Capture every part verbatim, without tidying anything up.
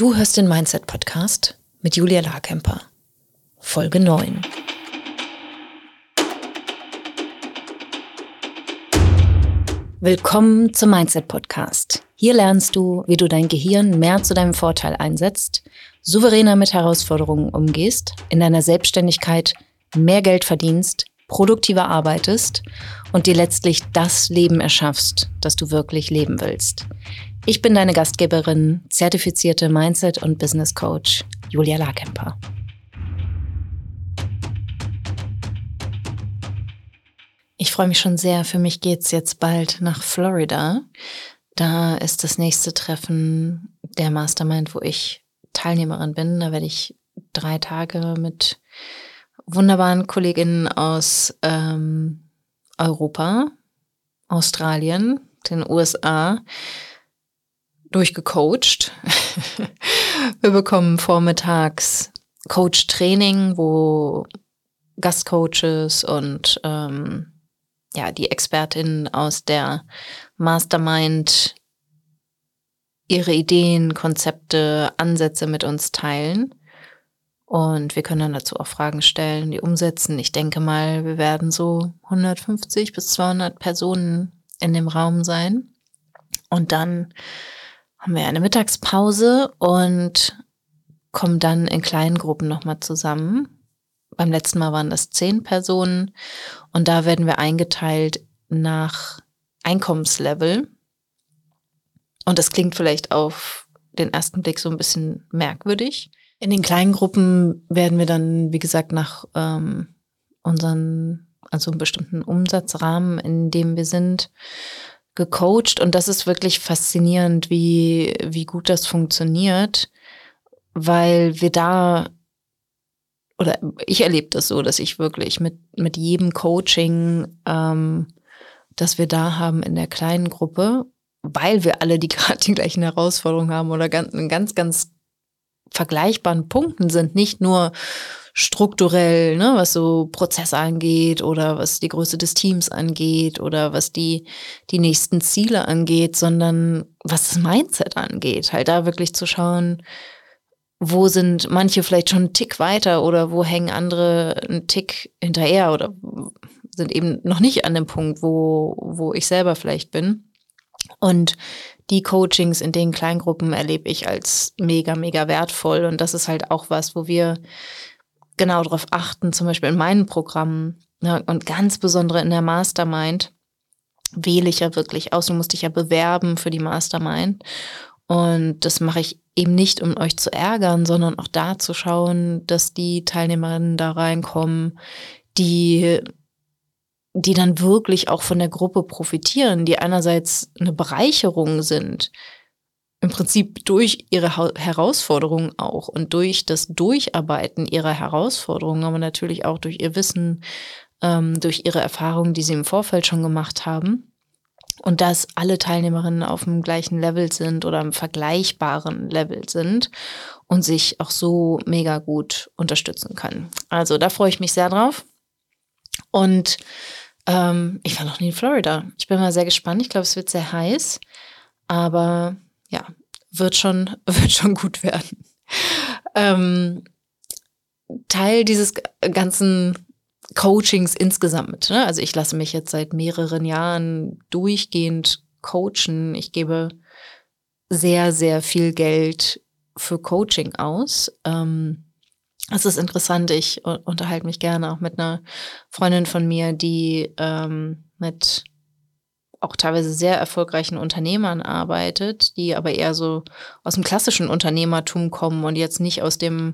Du hörst den Mindset-Podcast mit Julia Larkemper. Folge neun. Willkommen zum Mindset-Podcast. Hier lernst du, wie du dein Gehirn mehr zu deinem Vorteil einsetzt, souveräner mit Herausforderungen umgehst, in deiner Selbstständigkeit mehr Geld verdienst, produktiver arbeitest und dir letztlich das Leben erschaffst, das du wirklich leben willst. Ich bin deine Gastgeberin, zertifizierte Mindset- und Business Coach Julia Larkemper. Ich freue mich schon sehr. Für mich geht's jetzt bald nach Florida. Da ist das nächste Treffen der Mastermind, wo ich Teilnehmerin bin. Da werde ich drei Tage mit wunderbaren Kolleginnen aus ähm, Europa, Australien, den U S A durchgecoacht. Wir bekommen vormittags Coach-Training, wo Gastcoaches und ähm, ja die Expertinnen aus der Mastermind ihre Ideen, Konzepte, Ansätze mit uns teilen. Und wir können dann dazu auch Fragen stellen, die umsetzen. Ich denke mal, wir werden so hundertfünfzig bis zweihundert Personen in dem Raum sein. Und dann haben wir eine Mittagspause und kommen dann in kleinen Gruppen nochmal zusammen. Beim letzten Mal waren das zehn Personen und da werden wir eingeteilt nach Einkommenslevel. Und das klingt vielleicht auf den ersten Blick so ein bisschen merkwürdig. In den kleinen Gruppen werden wir dann, wie gesagt, nach ähm, unseren, also einem bestimmten Umsatzrahmen, in dem wir sind, gecoacht. Und das ist wirklich faszinierend, wie, wie gut das funktioniert, weil wir da, oder ich erlebe das so, dass ich wirklich mit, mit jedem Coaching, ähm, das wir da haben in der kleinen Gruppe, weil wir alle die gerade die gleichen Herausforderungen haben oder ganz, ganz, ganz vergleichbaren Punkten sind, nicht nur strukturell, ne, was so Prozesse angeht oder was die Größe des Teams angeht oder was die die nächsten Ziele angeht, sondern was das Mindset angeht. Halt da wirklich zu schauen, wo sind manche vielleicht schon einen Tick weiter oder wo hängen andere einen Tick hinterher oder sind eben noch nicht an dem Punkt, wo wo ich selber vielleicht bin. Und die Coachings in den Kleingruppen erlebe ich als mega, mega wertvoll. Und das ist halt auch was, wo wir genau darauf achten, zum Beispiel in meinen Programmen, ne, und ganz besonders in der Mastermind wähle ich ja wirklich aus. Du musst dich ja bewerben für die Mastermind. Und das mache ich eben nicht, um euch zu ärgern, sondern auch da zu schauen, dass die Teilnehmerinnen da reinkommen, die die dann wirklich auch von der Gruppe profitieren, die einerseits eine Bereicherung sind, im Prinzip durch ihre ha- Herausforderungen auch und durch das Durcharbeiten ihrer Herausforderungen, aber natürlich auch durch ihr Wissen, ähm, durch ihre Erfahrungen, die sie im Vorfeld schon gemacht haben. Und dass alle Teilnehmerinnen auf dem gleichen Level sind oder im vergleichbaren Level sind und sich auch so mega gut unterstützen können. Also da freue ich mich sehr drauf. Und ähm, ich war noch nie in Florida. Ich bin mal sehr gespannt. Ich glaube, es wird sehr heiß. Aber ja, wird schon, wird schon gut werden. Ähm, Teil dieses ganzen Coachings insgesamt mit, ne? Also ich lasse mich jetzt seit mehreren Jahren durchgehend coachen. Ich gebe sehr, sehr viel Geld für Coaching aus. Ähm, Das ist interessant. Ich unterhalte mich gerne auch mit einer Freundin von mir, die ähm, mit auch teilweise sehr erfolgreichen Unternehmern arbeitet, die aber eher so aus dem klassischen Unternehmertum kommen und jetzt nicht aus dem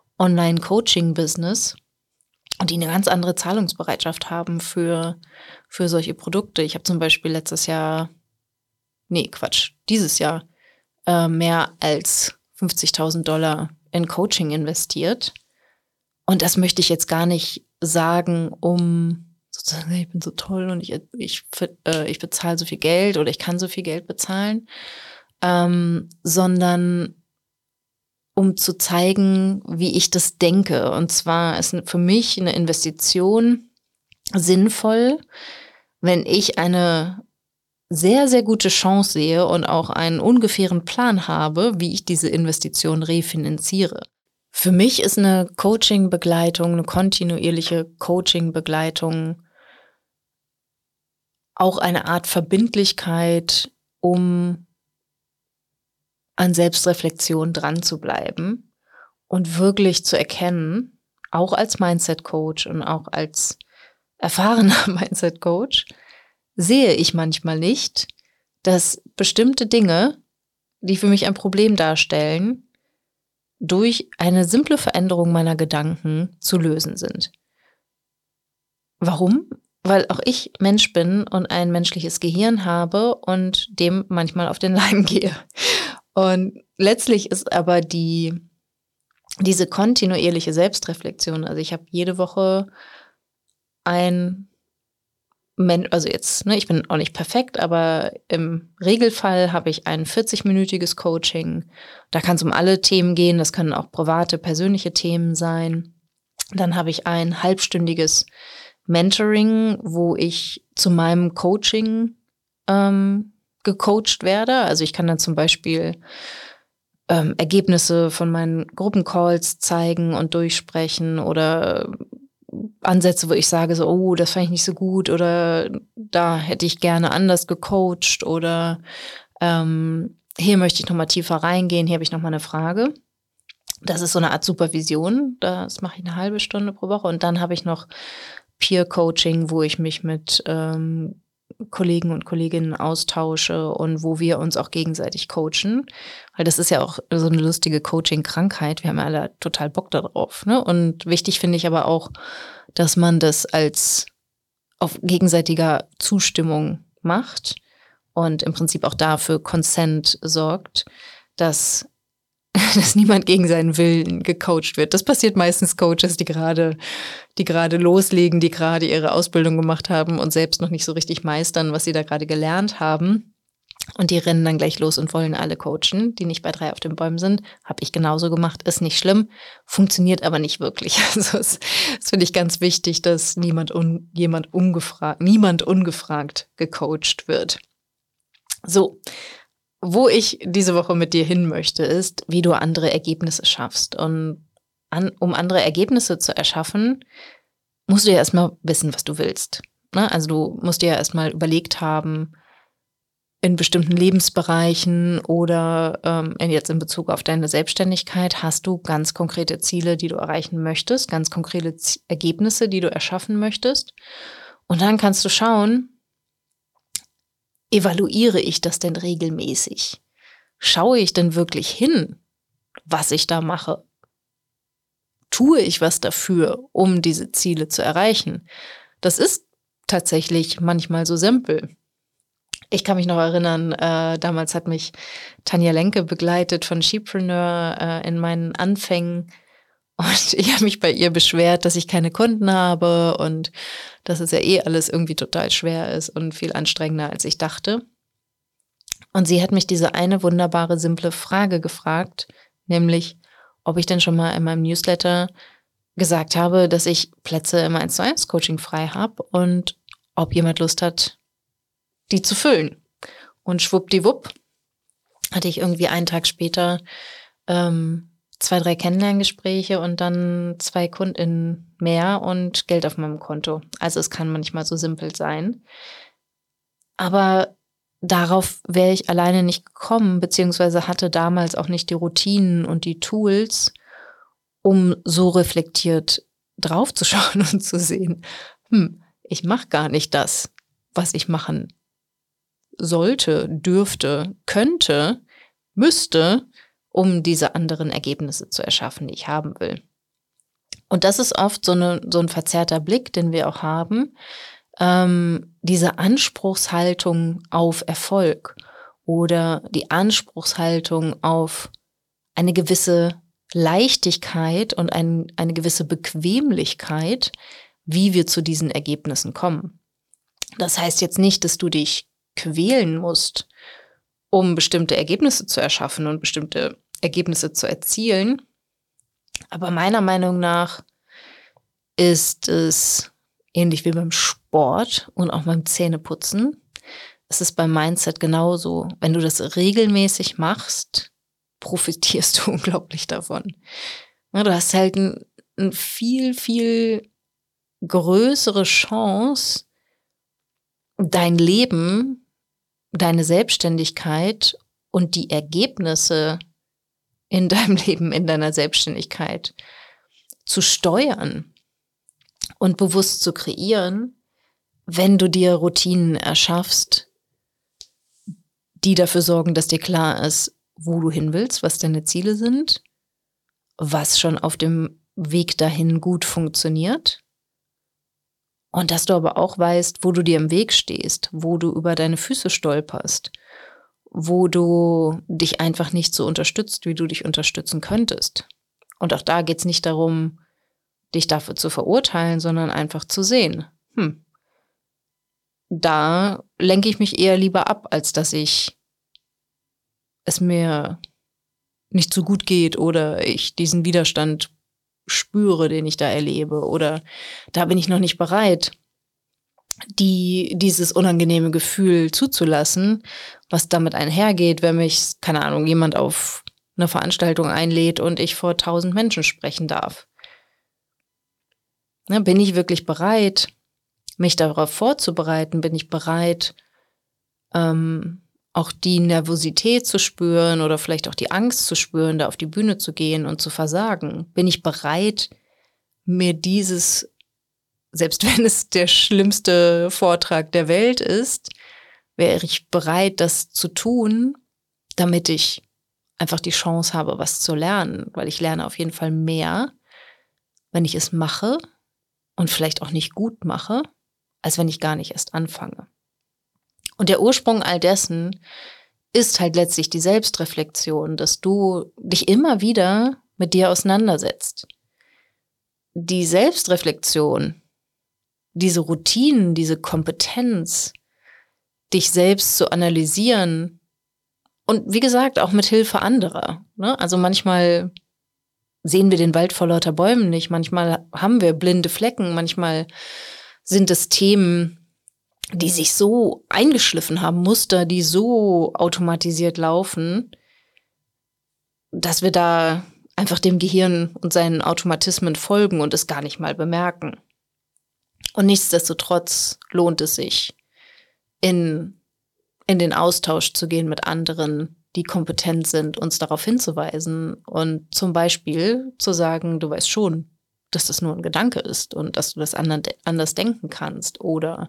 Online-Coaching-Business und die eine ganz andere Zahlungsbereitschaft haben für, für solche Produkte. Ich habe zum Beispiel letztes Jahr, nee, Quatsch, dieses Jahr äh, mehr als fünfzigtausend Dollar in Coaching investiert. Und das möchte ich jetzt gar nicht sagen, um sozusagen, ich bin so toll und ich, ich, äh, ich bezahle so viel Geld oder ich kann so viel Geld bezahlen, ähm, sondern um zu zeigen, wie ich das denke. Und zwar ist für mich eine Investition sinnvoll, wenn ich eine sehr, sehr gute Chance sehe und auch einen ungefähren Plan habe, wie ich diese Investition refinanziere. Für mich ist eine Coaching-Begleitung, eine kontinuierliche Coaching-Begleitung auch eine Art Verbindlichkeit, um an Selbstreflexion dran zu bleiben und wirklich zu erkennen, auch als Mindset-Coach und auch als erfahrener Mindset-Coach, sehe ich manchmal nicht, dass bestimmte Dinge, die für mich ein Problem darstellen, durch eine simple Veränderung meiner Gedanken zu lösen sind. Warum? Weil auch ich Mensch bin und ein menschliches Gehirn habe und dem manchmal auf den Leim gehe. Und letztlich ist aber die, diese kontinuierliche Selbstreflexion, also ich habe jede Woche ein Also jetzt, ne, ich bin auch nicht perfekt, aber im Regelfall habe ich ein vierzig-minütiges Coaching. Da kann es um alle Themen gehen. Das können auch private, persönliche Themen sein. Dann habe ich ein halbstündiges Mentoring, wo ich zu meinem Coaching ähm, gecoacht werde. Also ich kann dann zum Beispiel ähm, Ergebnisse von meinen Gruppencalls zeigen und durchsprechen oder Ansätze, wo ich sage so, oh, das fand ich nicht so gut oder da hätte ich gerne anders gecoacht oder ähm, hier möchte ich nochmal tiefer reingehen, hier habe ich nochmal eine Frage. Das ist so eine Art Supervision, das mache ich eine halbe Stunde pro Woche und dann habe ich noch Peer-Coaching, wo ich mich mit ähm, Kollegen und Kolleginnen austausche und wo wir uns auch gegenseitig coachen. Weil das ist ja auch so eine lustige Coaching-Krankheit. Wir haben ja alle total Bock darauf. Ne? Und wichtig finde ich aber auch, dass man das als auf gegenseitiger Zustimmung macht und im Prinzip auch dafür Consent sorgt, dass dass niemand gegen seinen Willen gecoacht wird. Das passiert meistens Coaches, die gerade, die gerade loslegen, die gerade ihre Ausbildung gemacht haben und selbst noch nicht so richtig meistern, was sie da gerade gelernt haben. Und die rennen dann gleich los und wollen alle coachen, die nicht bei drei auf den Bäumen sind. Habe ich genauso gemacht, ist nicht schlimm, funktioniert aber nicht wirklich. Also es, das finde ich ganz wichtig, dass niemand un, jemand ungefragt, niemand ungefragt gecoacht wird. So. Wo ich diese Woche mit dir hin möchte, ist, wie du andere Ergebnisse schaffst. Und an, um andere Ergebnisse zu erschaffen, musst du ja erstmal wissen, was du willst. Ne? Also du musst dir ja erstmal überlegt haben, in bestimmten Lebensbereichen oder ähm, jetzt in Bezug auf deine Selbstständigkeit, hast du ganz konkrete Ziele, die du erreichen möchtest, ganz konkrete Z- Ergebnisse, die du erschaffen möchtest. Und dann kannst du schauen, evaluiere ich das denn regelmäßig? Schaue ich denn wirklich hin, was ich da mache? Tue ich was dafür, um diese Ziele zu erreichen? Das ist tatsächlich manchmal so simpel. Ich kann mich noch erinnern, äh, damals hat mich Tanja Lenke begleitet von Shepreneur äh, in meinen Anfängen. Und ich habe mich bei ihr beschwert, dass ich keine Kunden habe und dass es ja eh alles irgendwie total schwer ist und viel anstrengender, als ich dachte. Und sie hat mich diese eine wunderbare, simple Frage gefragt, nämlich, ob ich denn schon mal in meinem Newsletter gesagt habe, dass ich Plätze im eins zu eins Coaching frei habe und ob jemand Lust hat, die zu füllen. Und schwuppdiwupp hatte ich irgendwie einen Tag später ähm, zwei, drei Kennenlerngespräche und dann zwei KundInnen mehr und Geld auf meinem Konto. Also es kann manchmal so simpel sein. Aber darauf wäre ich alleine nicht gekommen, beziehungsweise hatte damals auch nicht die Routinen und die Tools, um so reflektiert draufzuschauen und zu sehen, hm, ich mache gar nicht das, was ich machen sollte, dürfte, könnte, müsste, um diese anderen Ergebnisse zu erschaffen, die ich haben will. Und das ist oft so, eine, so ein verzerrter Blick, den wir auch haben, ähm, diese Anspruchshaltung auf Erfolg oder die Anspruchshaltung auf eine gewisse Leichtigkeit und ein, eine gewisse Bequemlichkeit, wie wir zu diesen Ergebnissen kommen. Das heißt jetzt nicht, dass du dich quälen musst, um bestimmte Ergebnisse zu erschaffen und bestimmte Ergebnisse zu erzielen. Aber meiner Meinung nach ist es ähnlich wie beim Sport und auch beim Zähneputzen. es ist beim Mindset genauso. Wenn du das regelmäßig machst, profitierst du unglaublich davon. Ja, du hast halt ein, ein viel, viel größere Chance, dein Leben, deine Selbstständigkeit und die Ergebnisse in deinem Leben, in deiner Selbstständigkeit zu steuern und bewusst zu kreieren, wenn du dir Routinen erschaffst, die dafür sorgen, dass dir klar ist, wo du hin willst, was deine Ziele sind, was schon auf dem Weg dahin gut funktioniert und dass du aber auch weißt, wo du dir im Weg stehst, wo du über deine Füße stolperst, wo du dich einfach nicht so unterstützt, wie du dich unterstützen könntest. Und auch da geht es nicht darum, dich dafür zu verurteilen, sondern einfach zu sehen, hm, da lenke ich mich eher lieber ab, als dass ich es mir nicht so gut geht oder ich diesen Widerstand spüre, den ich da erlebe, oder da bin ich noch nicht bereit, die, dieses unangenehme Gefühl zuzulassen, was damit einhergeht, wenn mich, keine Ahnung, jemand auf eine Veranstaltung einlädt und ich vor tausend Menschen sprechen darf. Ne, bin ich wirklich bereit, mich darauf vorzubereiten? Bin ich bereit, ähm, auch die Nervosität zu spüren oder vielleicht auch die Angst zu spüren, da auf die Bühne zu gehen und zu versagen? Bin ich bereit, mir dieses, selbst wenn es der schlimmste Vortrag der Welt ist, wäre ich bereit, das zu tun, damit ich einfach die Chance habe, was zu lernen? Weil ich lerne auf jeden Fall mehr, wenn ich es mache und vielleicht auch nicht gut mache, als wenn ich gar nicht erst anfange. Und der Ursprung all dessen ist halt letztlich die Selbstreflexion, dass du dich immer wieder mit dir auseinandersetzt. Die Selbstreflexion, diese Routinen, diese Kompetenz, dich selbst zu analysieren und wie gesagt auch mit Hilfe anderer. Ne? Also manchmal sehen wir den Wald vor lauter Bäumen nicht, manchmal haben wir blinde Flecken, manchmal sind es Themen, die sich so eingeschliffen haben, Muster, die so automatisiert laufen, dass wir da einfach dem Gehirn und seinen Automatismen folgen und es gar nicht mal bemerken. Und nichtsdestotrotz lohnt es sich, in, in den Austausch zu gehen mit anderen, die kompetent sind, uns darauf hinzuweisen und zum Beispiel zu sagen, du weißt schon, dass das nur ein Gedanke ist und dass du das anders denken kannst, oder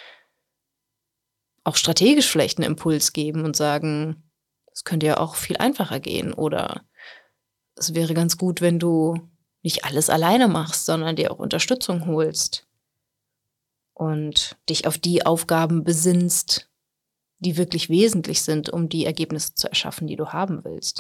auch strategisch vielleicht einen Impuls geben und sagen, es könnte ja auch viel einfacher gehen, oder es wäre ganz gut, wenn du nicht alles alleine machst, sondern dir auch Unterstützung holst und dich auf die Aufgaben besinnst, die wirklich wesentlich sind, um die Ergebnisse zu erschaffen, die du haben willst.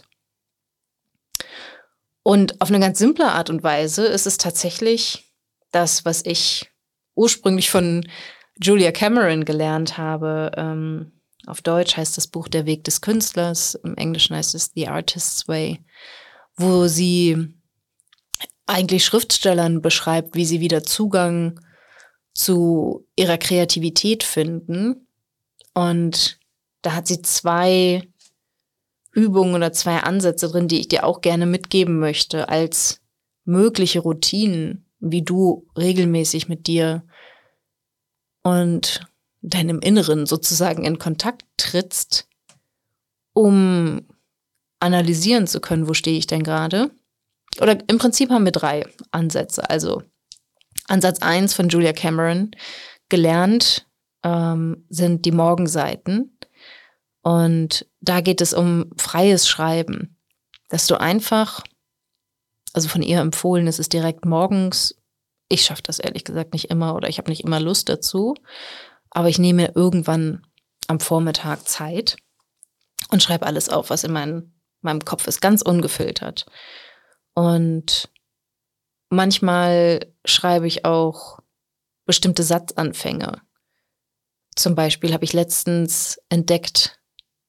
Und auf eine ganz simple Art und Weise ist es tatsächlich das, was ich ursprünglich von Julia Cameron gelernt habe. Ähm, auf Deutsch heißt das Buch Der Weg des Künstlers, im Englischen heißt es The Artist's Way, wo sie eigentlich Schriftstellern beschreibt, wie sie wieder Zugang zu ihrer Kreativität finden. Und da hat sie zwei Übungen oder zwei Ansätze drin, die ich dir auch gerne mitgeben möchte, als mögliche Routinen, wie du regelmäßig mit dir und deinem Inneren sozusagen in Kontakt trittst, um analysieren zu können, wo stehe ich denn gerade. Oder im Prinzip haben wir drei Ansätze. Also Ansatz eins von Julia Cameron, gelernt, ähm, sind die Morgenseiten. Und da geht es um freies Schreiben, dass du einfach, also von ihr empfohlen, es ist direkt morgens. Ich schaffe das ehrlich gesagt nicht immer oder ich habe nicht immer Lust dazu, aber ich nehme irgendwann am Vormittag Zeit und schreibe alles auf, was in mein, meinem Kopf ist, ganz ungefiltert. Und manchmal schreibe ich auch bestimmte Satzanfänge. Zum Beispiel habe ich letztens entdeckt,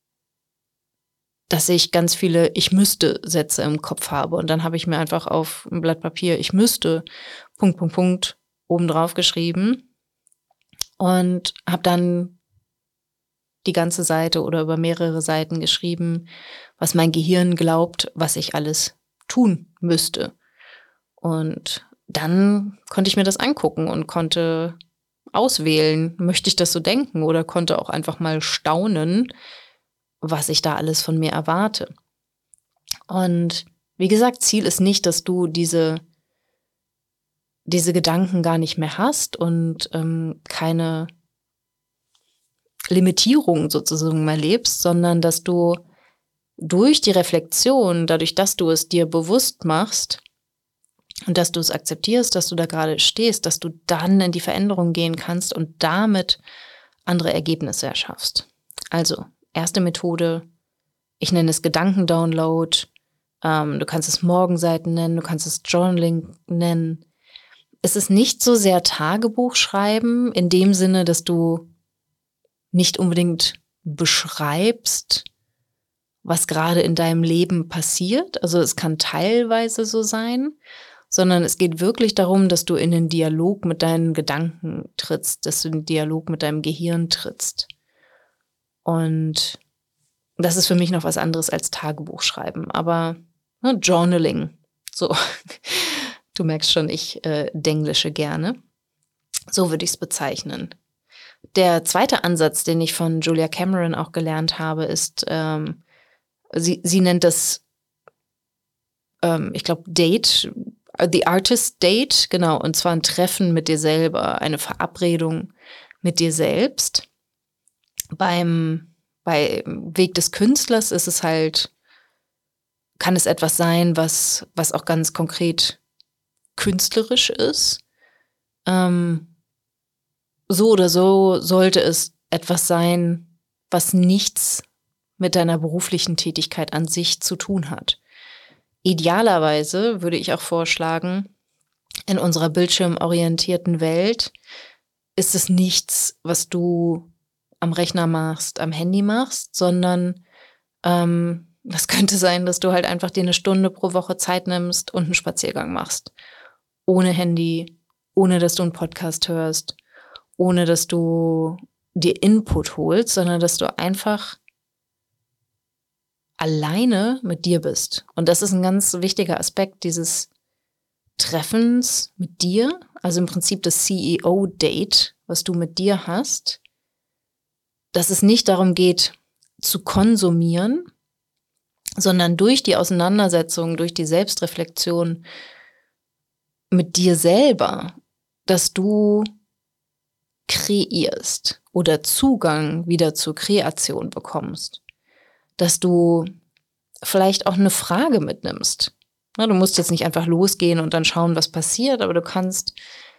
dass ich ganz viele Ich müsste Sätze im Kopf habe. Und dann habe ich mir einfach auf ein Blatt Papier Ich müsste Punkt, Punkt, Punkt oben drauf geschrieben und habe dann die ganze Seite oder über mehrere Seiten geschrieben, was mein Gehirn glaubt, was ich alles tun müsste. Und dann konnte ich mir das angucken und konnte auswählen, möchte ich das so denken, oder konnte auch einfach mal staunen, was ich da alles von mir erwarte. Und wie gesagt, Ziel ist nicht, dass du diese, diese Gedanken gar nicht mehr hast und ähm, keine Limitierung sozusagen mehr lebst, sondern dass du durch die Reflexion, dadurch, dass du es dir bewusst machst und dass du es akzeptierst, dass du da gerade stehst, dass du dann in die Veränderung gehen kannst und damit andere Ergebnisse erschaffst. Also, erste Methode, ich nenne es Gedankendownload, ähm, du kannst es Morgenseiten nennen, du kannst es Journaling nennen. Es ist nicht so sehr Tagebuch schreiben, in dem Sinne, dass du nicht unbedingt beschreibst, was gerade in deinem Leben passiert. Also es kann teilweise so sein, sondern es geht wirklich darum, dass du in den Dialog mit deinen Gedanken trittst, dass du in den Dialog mit deinem Gehirn trittst. Und das ist für mich noch was anderes als Tagebuch schreiben. Aber ne, Journaling, so, du merkst schon, ich äh, denglische gerne. So würde ich es bezeichnen. Der zweite Ansatz, den ich von Julia Cameron auch gelernt habe, ist, ähm, sie, sie nennt das, ähm, ich glaube, Date, The Artist Date, genau, und zwar ein Treffen mit dir selber, eine Verabredung mit dir selbst. Beim, beim Weg des Künstlers ist es halt, kann es etwas sein, was, was auch ganz konkret künstlerisch ist. Ähm, so oder so sollte es etwas sein, was nichts mit deiner beruflichen Tätigkeit an sich zu tun hat. Idealerweise würde ich auch vorschlagen, in unserer bildschirmorientierten Welt ist es nichts, was du am Rechner machst, am Handy machst, sondern ähm, das könnte sein, dass du halt einfach dir eine Stunde pro Woche Zeit nimmst und einen Spaziergang machst. Ohne Handy, ohne dass du einen Podcast hörst, ohne dass du dir Input holst, sondern dass du einfach alleine mit dir bist. Und das ist ein ganz wichtiger Aspekt dieses Treffens mit dir, also im Prinzip das C E O-Date, was du mit dir hast, dass es nicht darum geht, zu konsumieren, sondern durch die Auseinandersetzung, durch die Selbstreflexion mit dir selber, dass du kreierst oder Zugang wieder zur Kreation bekommst. Dass du vielleicht auch eine Frage mitnimmst. Na, du musst jetzt nicht einfach losgehen und dann schauen, was passiert, aber du kannst,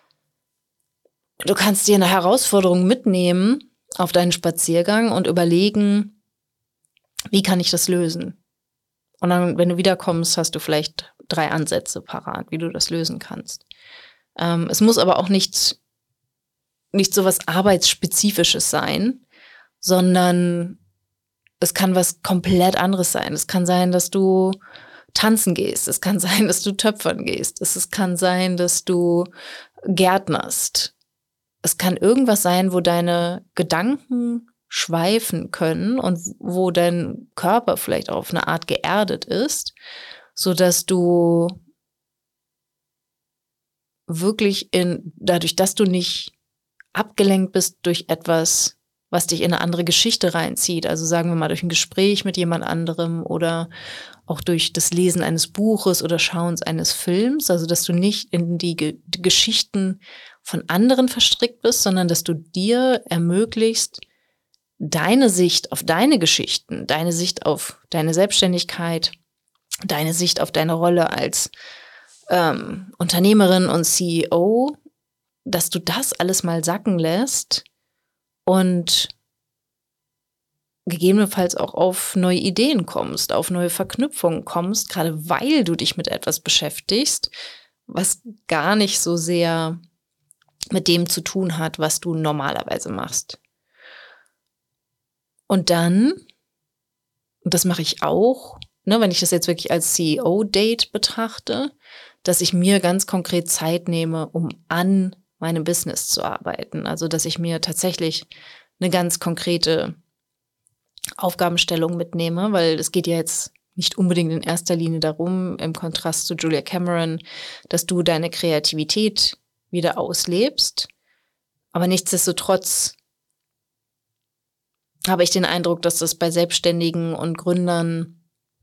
du kannst dir eine Herausforderung mitnehmen auf deinen Spaziergang und überlegen, wie kann ich das lösen? Und dann, wenn du wiederkommst, hast du vielleicht drei Ansätze parat, wie du das lösen kannst. Ähm, es muss aber auch nicht, nicht so was Arbeitsspezifisches sein, sondern es kann was komplett anderes sein. Es kann sein, dass du tanzen gehst. Es kann sein, dass du töpfern gehst. Es, es kann sein, dass du gärtnerst. Es kann irgendwas sein, wo deine Gedanken schweifen können und wo dein Körper vielleicht auf eine Art geerdet ist, sodass du wirklich in, dadurch, dass du nicht abgelenkt bist durch etwas, was dich in eine andere Geschichte reinzieht. Also sagen wir mal durch ein Gespräch mit jemand anderem oder auch durch das Lesen eines Buches oder Schauens eines Films. Also dass du nicht in die, Ge- die Geschichten von anderen verstrickt bist, sondern dass du dir ermöglicht, deine Sicht auf deine Geschichten, deine Sicht auf deine Selbstständigkeit, deine Sicht auf deine Rolle als ähm, Unternehmerin und C E O, dass du das alles mal sacken lässt und gegebenenfalls auch auf neue Ideen kommst, auf neue Verknüpfungen kommst, gerade weil du dich mit etwas beschäftigst, was gar nicht so sehr mit dem zu tun hat, was du normalerweise machst. Und dann, und das mache ich auch, ne, wenn ich das jetzt wirklich als C E O-Date betrachte, dass ich mir ganz konkret Zeit nehme, um an meinem Business zu arbeiten. Also dass ich mir tatsächlich eine ganz konkrete Aufgabenstellung mitnehme, weil es geht ja jetzt nicht unbedingt in erster Linie darum, im Kontrast zu Julia Cameron, dass du deine Kreativität wieder auslebst. Aber nichtsdestotrotz habe ich den Eindruck, dass das bei Selbstständigen und Gründern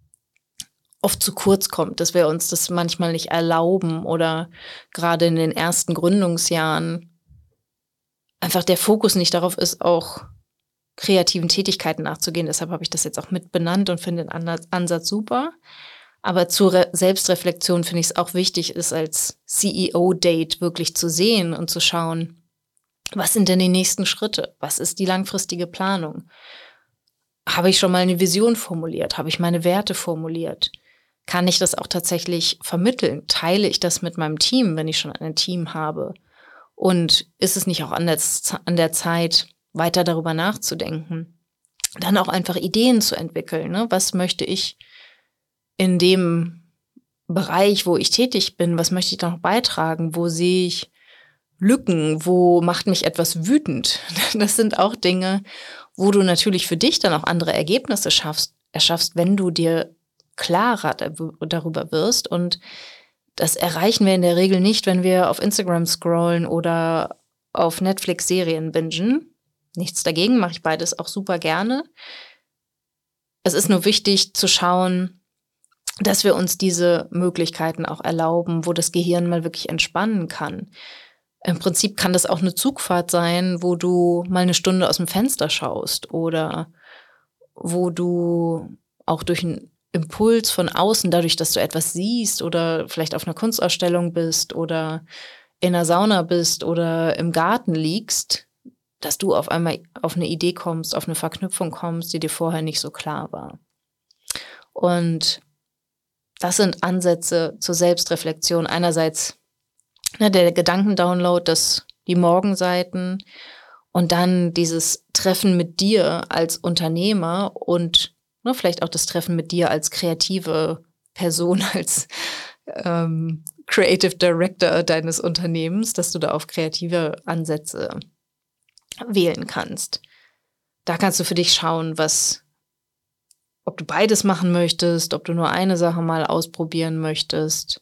oft zu kurz kommt, dass wir uns das manchmal nicht erlauben oder gerade in den ersten Gründungsjahren einfach der Fokus nicht darauf ist, auch kreativen Tätigkeiten nachzugehen. Deshalb habe ich das jetzt auch mit benannt und finde den Ansatz super. Aber zur Re- Selbstreflexion finde ich es auch wichtig, es als C E O-Date wirklich zu sehen und zu schauen, was sind denn die nächsten Schritte? Was ist die langfristige Planung? Habe ich schon mal eine Vision formuliert? Habe ich meine Werte formuliert? Kann ich das auch tatsächlich vermitteln? Teile ich das mit meinem Team, wenn ich schon ein Team habe? Und ist es nicht auch an der, Z- an der Zeit, weiter darüber nachzudenken? Dann auch einfach Ideen zu entwickeln. Ne? Was möchte ich in dem Bereich, wo ich tätig bin, was möchte ich da noch beitragen? Wo sehe ich Lücken? Wo macht mich etwas wütend? Das sind auch Dinge, wo du natürlich für dich dann auch andere Ergebnisse schaffst, erschaffst, wenn du dir klarer darüber wirst. Und das erreichen wir in der Regel nicht, wenn wir auf Instagram scrollen oder auf Netflix Serien bingen. Nichts dagegen, mache ich beides auch super gerne. Es ist nur wichtig zu schauen, dass wir uns diese Möglichkeiten auch erlauben, wo das Gehirn mal wirklich entspannen kann. Im Prinzip kann das auch eine Zugfahrt sein, wo du mal eine Stunde aus dem Fenster schaust oder wo du auch durch einen Impuls von außen, dadurch, dass du etwas siehst oder vielleicht auf einer Kunstausstellung bist oder in einer Sauna bist oder im Garten liegst, dass du auf einmal auf eine Idee kommst, auf eine Verknüpfung kommst, die dir vorher nicht so klar war. Und das sind Ansätze zur Selbstreflexion. Einerseits ne, der Gedankendownload, das, die Morgenseiten und dann dieses Treffen mit dir als Unternehmer und ne, vielleicht auch das Treffen mit dir als kreative Person, als ähm, Creative Director deines Unternehmens, dass du da auf kreative Ansätze wählen kannst. Da kannst du für dich schauen, was, ob du beides machen möchtest, ob du nur eine Sache mal ausprobieren möchtest.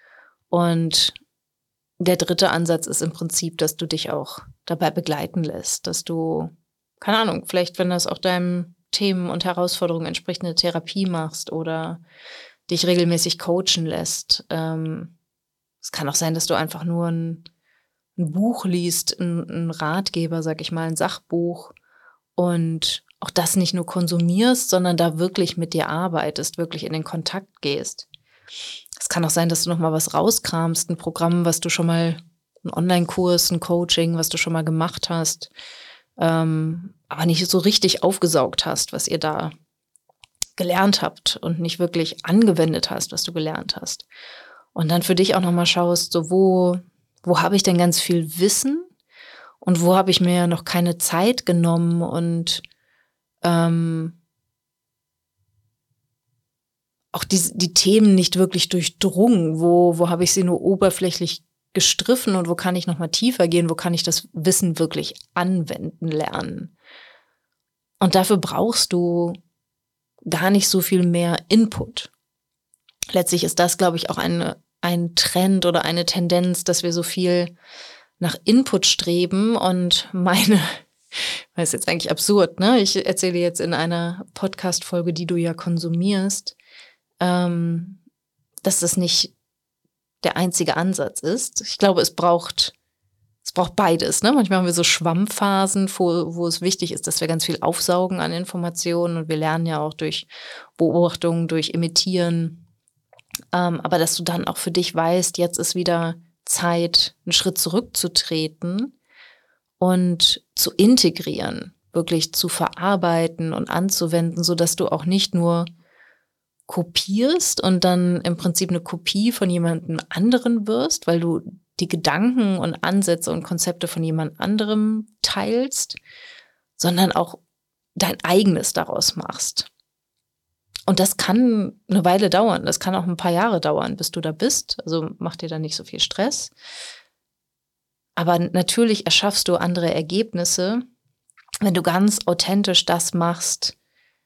Und der dritte Ansatz ist im Prinzip, dass du dich auch dabei begleiten lässt, dass du, keine Ahnung, vielleicht, wenn das auch deinen Themen und Herausforderungen entspricht, eine Therapie machst oder dich regelmäßig coachen lässt. Ähm, es kann auch sein, dass du einfach nur ein, ein Buch liest, ein, ein Ratgeber, sag ich mal, ein Sachbuch und auch das nicht nur konsumierst, sondern da wirklich mit dir arbeitest, wirklich in den Kontakt gehst. Es kann auch sein, dass du noch mal was rauskramst, ein Programm, was du schon mal, ein Online-Kurs, ein Coaching, was du schon mal gemacht hast, ähm, aber nicht so richtig aufgesaugt hast, was ihr da gelernt habt und nicht wirklich angewendet hast, was du gelernt hast. Und dann für dich auch noch mal schaust, so wo, wo habe ich denn ganz viel Wissen und wo habe ich mir noch keine Zeit genommen und ähm, auch die, die Themen nicht wirklich durchdrungen, wo, wo habe ich sie nur oberflächlich gestriffen und wo kann ich noch mal tiefer gehen, wo kann ich das Wissen wirklich anwenden lernen. Und dafür brauchst du gar nicht so viel mehr Input. Letztlich ist das, glaube ich, auch eine, ein Trend oder eine Tendenz, dass wir so viel nach Input streben und meine, das ist jetzt eigentlich absurd, ne? Ich erzähle jetzt in einer Podcast-Folge, die du ja konsumierst, ähm, dass das nicht der einzige Ansatz ist. Ich glaube, es braucht, es braucht beides, ne? Manchmal haben wir so Schwammphasen, wo, wo es wichtig ist, dass wir ganz viel aufsaugen an Informationen und wir lernen ja auch durch Beobachtung, durch Imitieren. Ähm, aber dass du dann auch für dich weißt, jetzt ist wieder Zeit, einen Schritt zurückzutreten und zu integrieren, wirklich zu verarbeiten und anzuwenden, sodass du auch nicht nur kopierst und dann im Prinzip eine Kopie von jemandem anderen wirst, weil du die Gedanken und Ansätze und Konzepte von jemand anderem teilst, sondern auch dein eigenes daraus machst. Und das kann eine Weile dauern. Das kann auch ein paar Jahre dauern, bis du da bist. Also mach dir da nicht so viel Stress. Aber natürlich erschaffst du andere Ergebnisse, wenn du ganz authentisch das machst,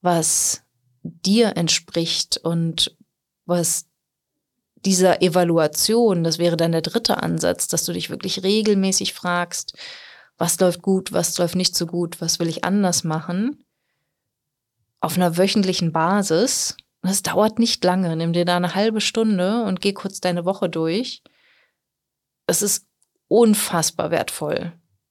was dir entspricht und was dieser Evaluation, das wäre dann der dritte Ansatz, dass du dich wirklich regelmäßig fragst, was läuft gut, was läuft nicht so gut, was will ich anders machen, auf einer wöchentlichen Basis. Das dauert nicht lange, nimm dir da eine halbe Stunde und geh kurz deine Woche durch. Es ist unfassbar wertvoll,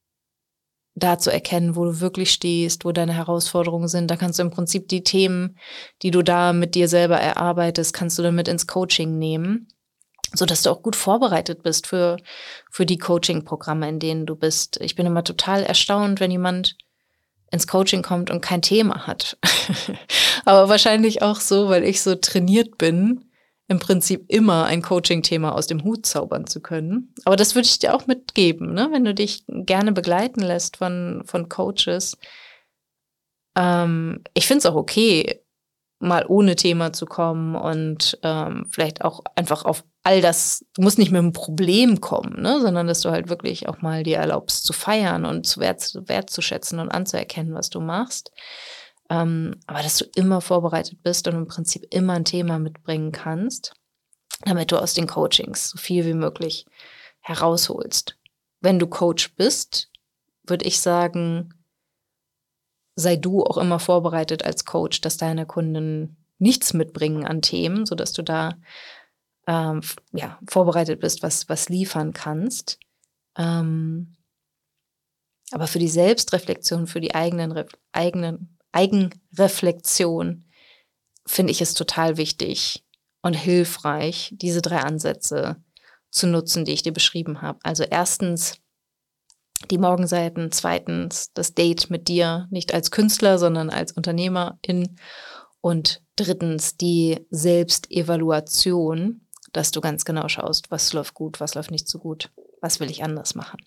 da zu erkennen, wo du wirklich stehst, wo deine Herausforderungen sind. Da kannst du im Prinzip die Themen, die du da mit dir selber erarbeitest, kannst du dann mit ins Coaching nehmen, sodass du auch gut vorbereitet bist für, für die Coaching-Programme, in denen du bist. Ich bin immer total erstaunt, wenn jemand ins Coaching kommt und kein Thema hat. Aber wahrscheinlich auch so, weil ich so trainiert bin, im Prinzip immer ein Coaching-Thema aus dem Hut zaubern zu können. Aber das würde ich dir auch mitgeben, ne? Wenn du dich gerne begleiten lässt von, von Coaches. Ähm, ich finde es auch okay, mal ohne Thema zu kommen und ähm, vielleicht auch einfach auf all das, du musst nicht mit einem Problem kommen, ne? Sondern dass du halt wirklich auch mal dir erlaubst zu feiern und zu wert, wertzuschätzen und anzuerkennen, was du machst. Ähm, aber dass du immer vorbereitet bist und im Prinzip immer ein Thema mitbringen kannst, damit du aus den Coachings so viel wie möglich herausholst. Wenn du Coach bist, würde ich sagen, sei du auch immer vorbereitet als Coach, dass deine Kunden nichts mitbringen an Themen, sodass du da ähm, ja, vorbereitet bist, was, was liefern kannst. Ähm, aber für die Selbstreflexion, für die eigenen, eigenen Eigenreflexion finde ich es total wichtig und hilfreich, diese drei Ansätze zu nutzen, die ich dir beschrieben habe. Also erstens die Morgenseiten, zweitens das Date mit dir, nicht als Künstler, sondern als Unternehmerin, und drittens die Selbstevaluation, dass du ganz genau schaust, was läuft gut, was läuft nicht so gut, was will ich anders machen.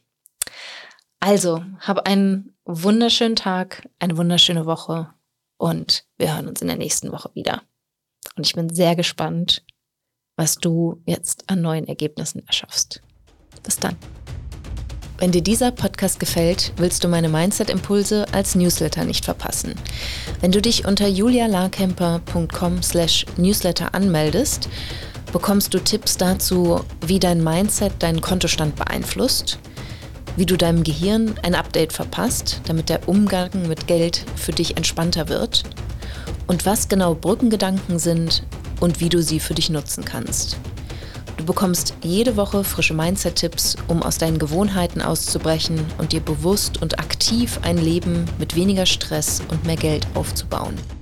Also, hab einen wunderschönen Tag, eine wunderschöne Woche und wir hören uns in der nächsten Woche wieder. Und ich bin sehr gespannt, was du jetzt an neuen Ergebnissen erschaffst. Bis dann. Wenn dir dieser Podcast gefällt, willst du meine Mindset-Impulse als Newsletter nicht verpassen. Wenn du dich unter julialarkemper punkt com slash newsletter anmeldest, bekommst du Tipps dazu, wie dein Mindset deinen Kontostand beeinflusst, wie du deinem Gehirn ein Update verpasst, damit der Umgang mit Geld für dich entspannter wird und was genau Brückengedanken sind und wie du sie für dich nutzen kannst. Du bekommst jede Woche frische Mindset-Tipps, um aus deinen Gewohnheiten auszubrechen und dir bewusst und aktiv ein Leben mit weniger Stress und mehr Geld aufzubauen.